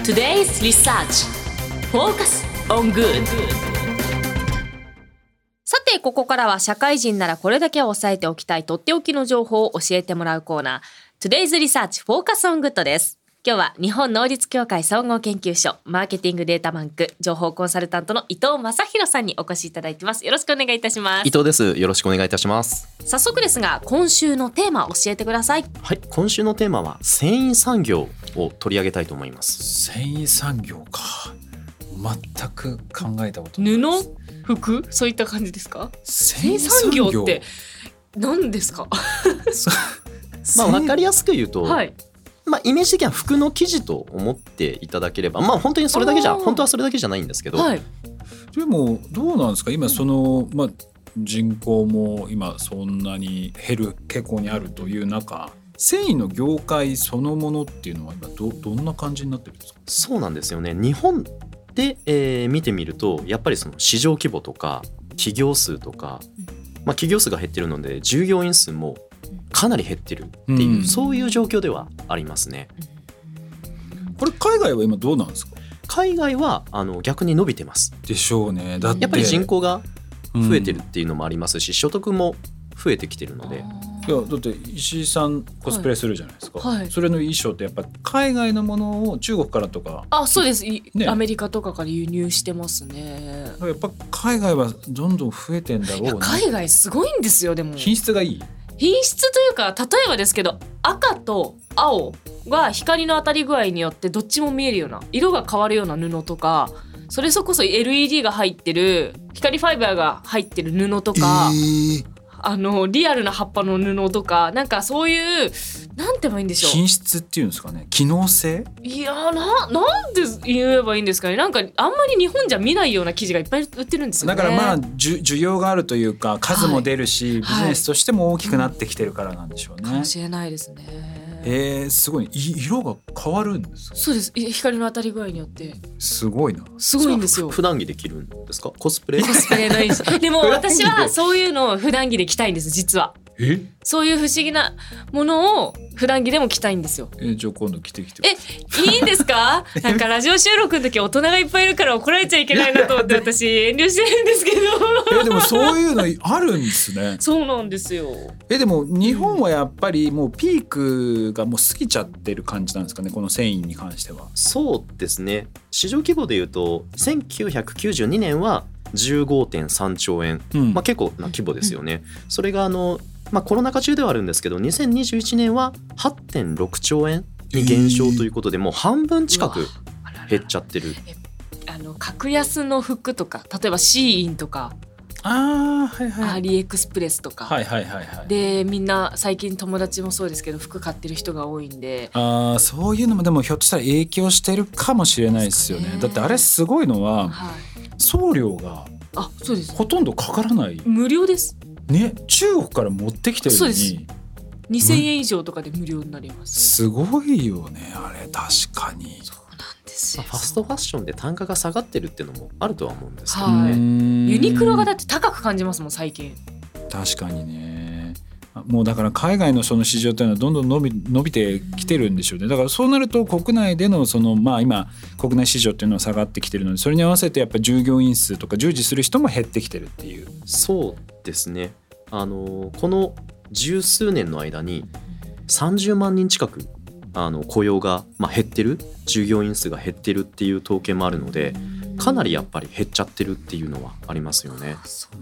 Today's Research Focus on Good。 さてここからは社会人ならこれだけは押さえておきたいとっておきの情報を教えてもらうコーナー Today's Research Focus on Good です。今日は日本能率協会総合研究所マーケティングデータバンク情報コンサルタントの伊藤正弘さんにお越しいただいてます。よろしくお願いいたします。 伊藤です。よろしくお願いいたします。 早速ですが今週のテーマ教えてください。 はい、今週のテーマは繊維産業を取り上げたいと思います。 繊維産業か、全く考えたことない布です。 服そういった感じですか？繊維繊維産業産業って何ですか？ 分かりやすく言うと、 はい、 イメージ的には服の生地と思っていただければ、本当にそれだけじゃ本当はそれだけじゃないんですけど、 はい、 でもどうなんですか今人口も今そんなに減る傾向にあるという中、繊維の業界そのものっていうのは今どんな感じになってるんですか？ そうなんですよね。日本で、見てみるとやっぱりその市場規模とか企業数とか、企業数が減ってるので従業員数もかなり減ってるっていう、そういう状況ではありますね。 これ海外は今どうなんですか？ 海外は逆に伸びてます。 でしょうね。だってやっぱり人口が増えてるっていうのもありますし、所得も増えてきてるので。 いやだって石井さんコスプレするじゃないですか、 はい、それの衣装ってやっぱ海外のものを中国からとか。 そうです、 ね、 アメリカとかから輸入してますね。 やっぱ海外はどんどん増えてんだろうな。 海外すごいんですよ。でも品質がいい。 品質というか、例えばですけど赤と青が光の当たり具合によってどっちも見えるような色が変わるような布とか、それこそ LED が入ってる光ファイバーが入ってる布とか、リアルな葉っぱの布とか、なんかそういうなんて言えばいいんでしょう。 品質っていうんですかね、機能性。 いやなんで言えばいいんですかね。なんかあんまり日本じゃ見ないような生地がいっぱい売ってるんですよね。 だから需要があるというか数も出るし、ビジネスとしても大きくなってきてるからなんでしょうね。 かもしれないですね。 すごい。色が変わるんですか？ そうです。光の当たり具合によってすごいな。 すごいんですよ。 普段着で着るんですか？コスプレのいいしでも私はそういうのを普段着で着たいんです。実はそういう不思議なものを普段着でも着たいんですよ。 じゃあ今度着てきて。 いいんですか？なんかラジオ収録の時大人がいっぱいいるから怒られちゃいけないなと思って私遠慮してるんですけどでもそういうのあるんですね。 そうなんですよ。 でも日本はやっぱりもうピークがもう過ぎちゃってる感じなんですかね、この繊維に関しては。 そうですね。市場規模でいうと1992年は 15.3 兆円、結構な規模ですよね。それがコロナ禍中ではあるんですけど2021年は 8.6 兆円に減少ということで、もう半分近く減っちゃってる。 格安の服とか、例えばシーインとかアリエクスプレスとか、でみんな最近友達もそうですけど服買ってる人が多いんで、 そういうのもでもひょっとしたら影響してるかもしれないですよね。だってあれすごいのは、送料がそうですほとんどかからない。 無料ですね。中国から持ってきてるのに 2000円以上とかで無料になります。 すごいよねあれ。確かにそうなんですよ。 ファストファッションで単価が下がってるっていうのもあるとは思うんですけどね。 ユニクロがだって高く感じますもん最近。 確かにね。もうだから海外のその市場というのはどんどん伸びてきてるんでしょうね。だからそうなると国内での今国内市場っていうのは下がってきてるので、それに合わせてやっぱ従業員数とか従事する人も減ってきてるっていう。 そうですね。この十数年の間に30万人近く雇用が減ってる、従業員数が減ってるっていう統計もあるので、かなりやっぱり減っちゃってるっていうのはありますよね。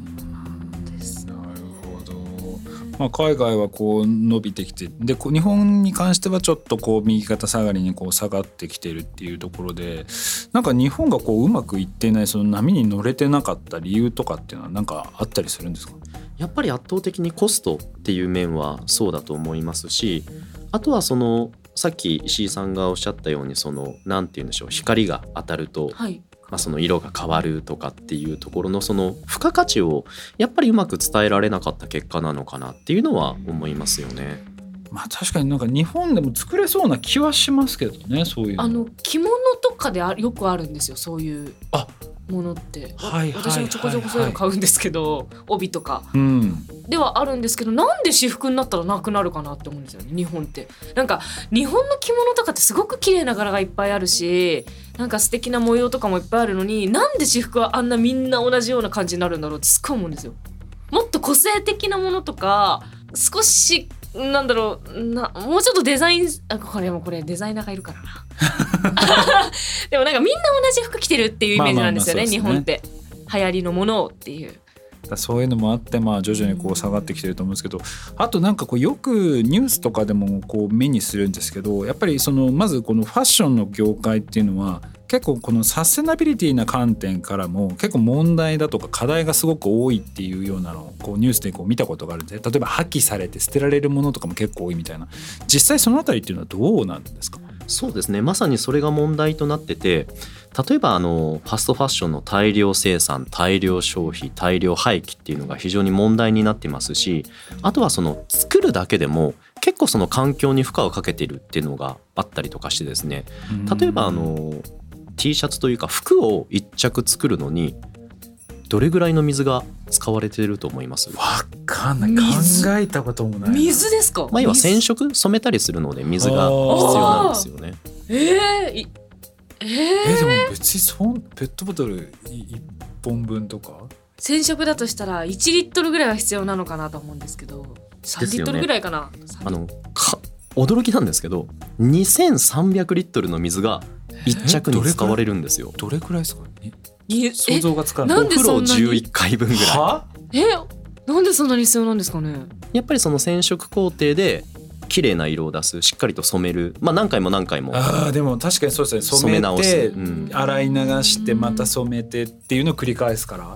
海外はこう伸びてきて、で日本に関してはちょっとこう右肩下がりにこう下がってきてるっていうところで、なんか日本がこううまくいっていない、その波に乗れてなかった理由とかっていうのはなんかあったりするんですか？ やっぱり圧倒的にコストっていう面はそうだと思いますし、あとはさっき石井さんがおっしゃったようになんて言うんでしょう、光が当たると、その色が変わるとかっていうところのその付加価値をやっぱりうまく伝えられなかった結果なのかなっていうのは思いますよね。 確かになんか日本でも作れそうな気はしますけどね。そういう着物とかでよくあるんですよ、そういうものって、 はいはいはいはい、 私もちょこちょこそういうの買うんですけど、帯とか、 うん、 ではあるんですけど、なんで私服になったらなくなるかなって思うんですよね。日本ってなんか日本の着物とかってすごく綺麗な柄がいっぱいあるし、なんか素敵な模様とかもいっぱいあるのに、なんで私服はあんなみんな同じような感じになるんだろうってすっごい思うんですよ。もっと個性的なものとか、少しなんだろうな、もうちょっとデザイン、これデザイナーがいるからなでもなんかみんな同じ服着てるっていうイメージなんですよね、日本って流行りのものをっていう。 そういうのもあって、徐々にこう下がってきてると思うんですけど、あとなんかこうよくニュースとかでもこう目にするんですけど、やっぱりまずこのファッションの業界っていうのは結構このサステナビリティな観点からも結構問題だとか課題がすごく多いっていうようなのをこうニュースでこう見たことがあるんで、例えば破棄されて捨てられるものとかも結構多いみたいな、実際そのあたりっていうのはどうなんですか？ そうですね、まさにそれが問題となってて、例えばファストファッションの大量生産、大量消費、大量廃棄っていうのが非常に問題になってますし、あとは作るだけでも結構環境に負荷をかけてるっていうのがあったりとかしてですね、例えばT シャツというか服を1着作るのにどれぐらいの水が使われてると思います？ わかんない、考えたこともない。 水ですか？ 要は染色染めたりするので水が必要なんですよね。 でも別にペットボトル1本分とか染色だとしたら1リットルぐらいは必要なのかなと思うんですけど、3リットルぐらいかな。 驚きなんですけど2300リットルの水が1着に使われるんですよ。 どれくらいですか？想像がつかない。 お風呂11回分ぐらい。 は？ なんでそんなに必要なんですかね？ やっぱり染色工程で綺麗な色を出す、しっかりと染める、何回も何回も。 でも確かにそうですね、染め直して洗い流してまた染めてっていうのを繰り返すから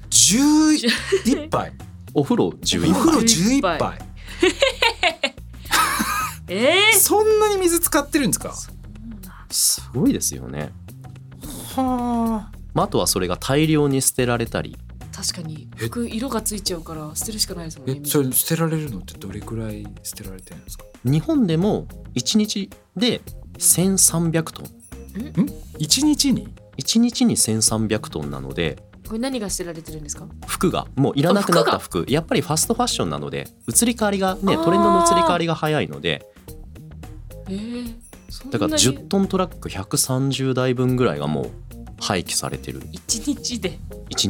11杯お風呂11杯そんなに水使ってるんですか？ すごいですよね。 はあとはそれが大量に捨てられたり。 確かに服色がついちゃうから捨てるしかないですもんね。 それ捨てられるのってどれくらい捨てられてるんですか？ 日本でも1日で1300トン。 1日に 1日に1300トンなので、 これ何が捨てられてるんですか？ 服がもういらなくなった服。やっぱりファストファッションなので移り変わりがね、トレンドの移り変わりが早いので、だから10トントラック130台分ぐらいがもう廃棄されてる。 1日で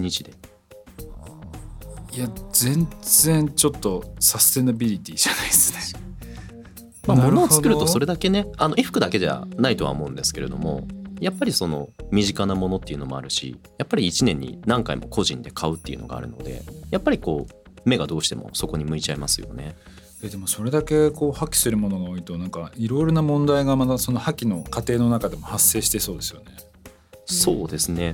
いや全然ちょっとサステナビリティじゃないですね。 物を作るとそれだけね、衣服だけじゃないとは思うんですけれども、やっぱり身近なものっていうのもあるし、やっぱり1年に何回も個人で買うっていうのがあるので、やっぱり目がどうしてもそこに向いちゃいますよね。 でもそれだけ破棄するものが多いと、なんかいろいろな問題がまだその破棄の過程の中でも発生してそうですよね。 そうですね、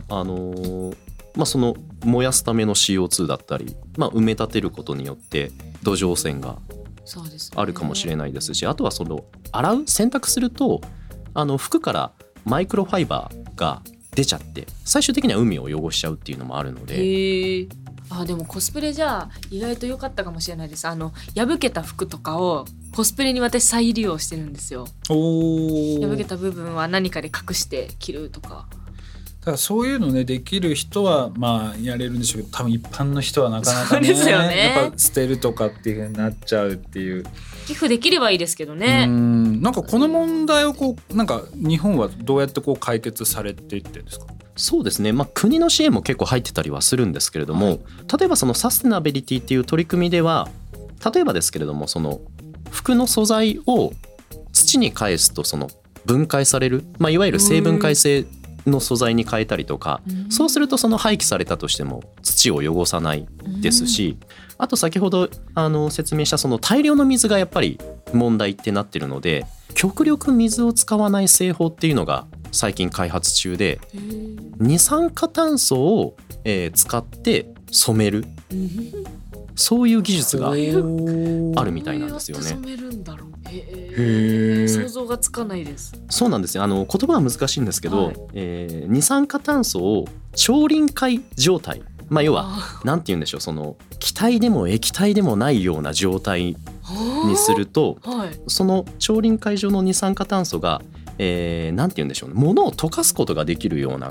燃やすための CO2 だったり、埋め立てることによって土壌汚染があるかもしれないですし、あとは洗濯すると服からマイクロファイバーが出ちゃって最終的には海を汚しちゃうっていうのもあるので。 でもコスプレじゃ意外と良かったかもしれないです。破けた服とかをコスプレに私再利用してるんですよ。破けた部分は何かで隠して着るとか。 だからそういうのねできる人はやれるんでしょうけど、多分一般の人はなかなかね、 そうですよね、 やっぱ捨てるとかっていう風になっちゃうっていう。 寄付できればいいですけどね。 なんかこの問題をなんか日本はどうやって解決されていってるんですか？ そうですね、国の支援も結構入ってたりはするんですけれども、例えばサステナビリティっていう取り組みでは、例えばですけれども服の素材を土に返すと分解される、いわゆる生分解性の素材に変えたりとか、そうすると廃棄されたとしても土を汚さないですし、あと先ほど説明した大量の水がやっぱり問題ってなってるので、極力水を使わない製法っていうのが最近開発中で、二酸化炭素を使って染める、そういう技術があるみたいなんですよね。 どうやって染めるんだろう。想像がつかないです。 そうなんですよ。言葉は難しいんですけど、二酸化炭素を超臨界状態、要はなんて言うんでしょう、気体でも液体でもないような状態にすると、その超臨界上の二酸化炭素がなんて言うんでしょうね、物を溶かすことができるような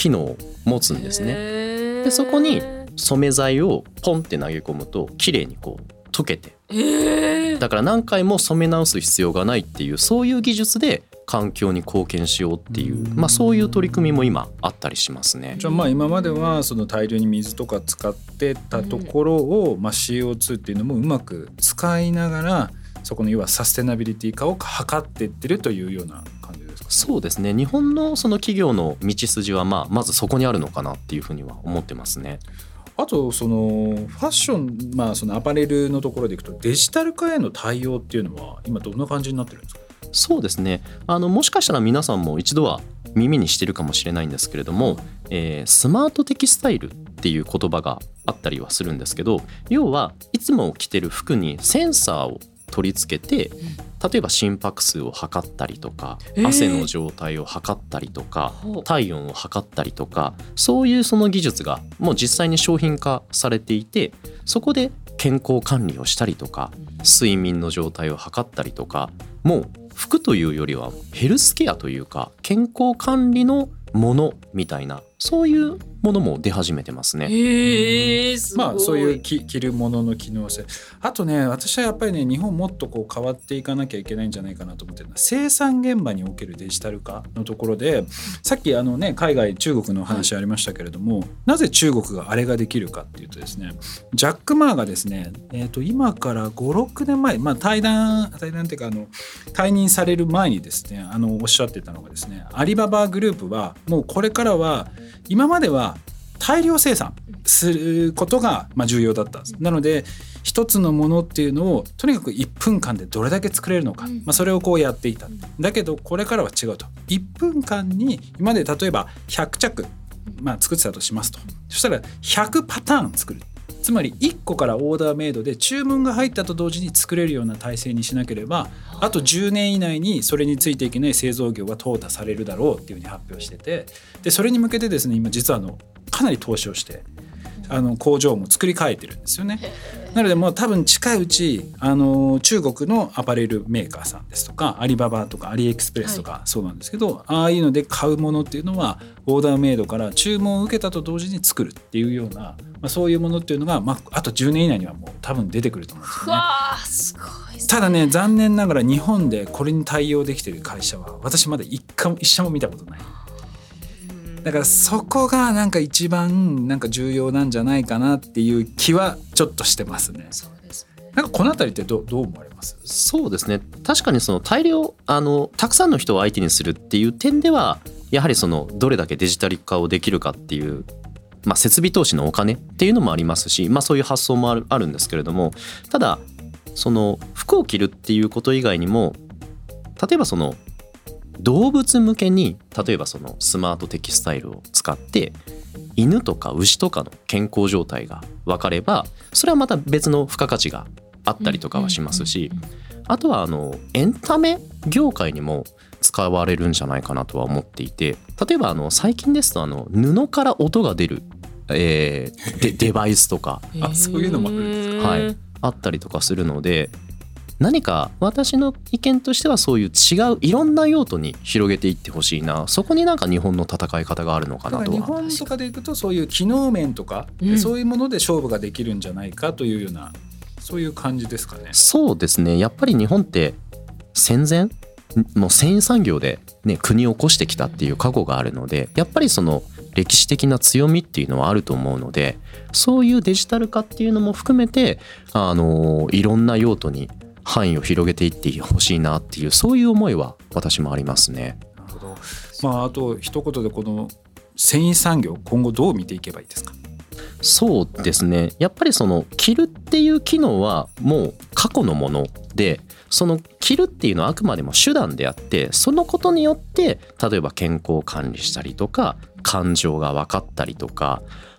機能を持つんですね。でそこに染め剤をポンって投げ込むと綺麗にこう溶けて、だから何回も染め直す必要がないっていう、そういう技術で環境に貢献しようっていう、そういう取り組みも今あったりしますね。 じゃあ今まではその大量に水とか使ってたところを、CO2 っていうのもうまく使いながら、そこの要はサステナビリティ化を図っていってるというような感じですか。 そうですね。日本のその企業の道筋はまずそこにあるのかなっていうふうには思ってますね。 あとそのファッション、そのアパレルのところでいくとデジタル化への対応っていうのは今どんな感じになってるんですか。 そうですね。もしかしたら皆さんも一度は耳にしてるかもしれないんですけれども、スマートテキスタイルっていう言葉があったりはするんですけど、要はいつも着てる服にセンサーを取り付けて、例えば心拍数を測ったりとか、汗の状態を測ったりとか、体温を測ったりとか、そういうその技術がもう実際に商品化されていて、そこで健康管理をしたりとか、睡眠の状態を測ったりとか、もう服というよりはヘルスケアというか健康管理のものみたいな、そういうものも出始めてますね。 すごい。 そういう着るものの機能性。あとね、私はやっぱりね、日本もっとこう変わっていかなきゃいけないんじゃないかなと思ってるのは、生産現場におけるデジタル化のところで、さっき海外中国の話ありましたけれども、なぜ中国があれができるかっていうとですね、ジャック・マーがですね、今から 5,6 年前、対談っていうか退任される前にですね、おっしゃってたのがですね、アリババグループはもうこれからは、今までは大量生産することが重要だったんです。なので一つのものっていうのをとにかく1分間でどれだけ作れるのか、それをこうやっていた。だけどこれからは違うと。1分間に今まで例えば100着、作ってたとしますと。そしたら100パターン作る。つまり1個からオーダーメイドで注文が入ったと同時に作れるような体制にしなければ、あと10年以内にそれについていけない製造業は淘汰されるだろうっていうふうに発表してて、でそれに向けてですね、今実はかなり投資をして工場も作り変えてるんですよね。なのでもう多分近いうち中国のアパレルメーカーさんですとか、アリババとかアリエクスプレスとかそうなんですけど、ああいうので買うものっていうのはオーダーメイドから注文を受けたと同時に作るっていうような、そういうものっていうのが、あと10年以内にはもう多分出てくると思うんですよね。 すごいですね。 ただね、残念ながら日本でこれに対応できている会社は私まだ一社も見たことない。だからそこが一番重要なんじゃないかなっていう気はちょっとしてますね。 そうですね。 このあたりってどう思われます？ そうですね。確かにその大量たくさんの人を相手にするっていう点では、やはりどれだけデジタル化をできるかっていう、設備投資のお金っていうのもありますし、そういう発想もあるんですけれども、ただ服を着るっていうこと以外にも、例えば動物向けに例えばスマートテキスタイルを使って犬とか牛とかの健康状態が分かれば、それはまた別の付加価値があったりとかはしますし、あとはエンタメ業界にも使われるんじゃないかなとは思っていて、例えば最近ですと布から音が出る、デバイスとかそういうのもあるんですか？ あったりとかするので、何か私の意見としてはそういう違ういろんな用途に広げていってほしいな。そこに日本の戦い方があるのかなとは。 日本とかでいくとそういう機能面とか、そういうもので勝負ができるんじゃないかというような、そういう感じですかね。 そうですね。やっぱり日本って戦前もう繊維産業で、国を起こしてきたっていう過去があるので、やっぱり歴史的な強みっていうのはあると思うので、そういうデジタル化っていうのも含めていろんな用途に範囲を広げていってほしいなっていう、そういう思いは私もありますね。 なるほど。あと一言でこの繊維産業、今後どう見ていけばいいですか？ そうですね。やっぱり着るっていう機能はもう過去のもので、着るっていうのはあくまでも手段であって、そのことによって例えば健康を管理したりとか、感情が分かったりとか、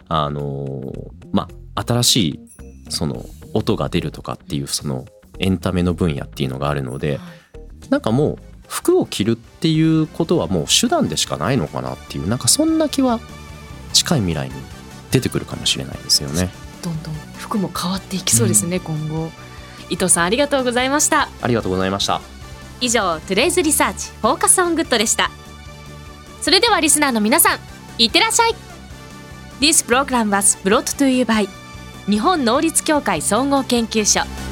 新しい音が出るとかっていうエンタメの分野っていうのがあるので、もう服を着るっていうことはもう手段でしかないのかなっていう、そんな気は近い未来に出てくるかもしれないですよね。 どんどん服も変わっていきそうですね、今後。伊藤さん、ありがとうございました。 ありがとうございました。 以上、トゥデイズリサーチフォーカスオングッドでした。それではリスナーの皆さん、 いってらっしゃい。 This program was brought to you by 日本能率協会総合研究所。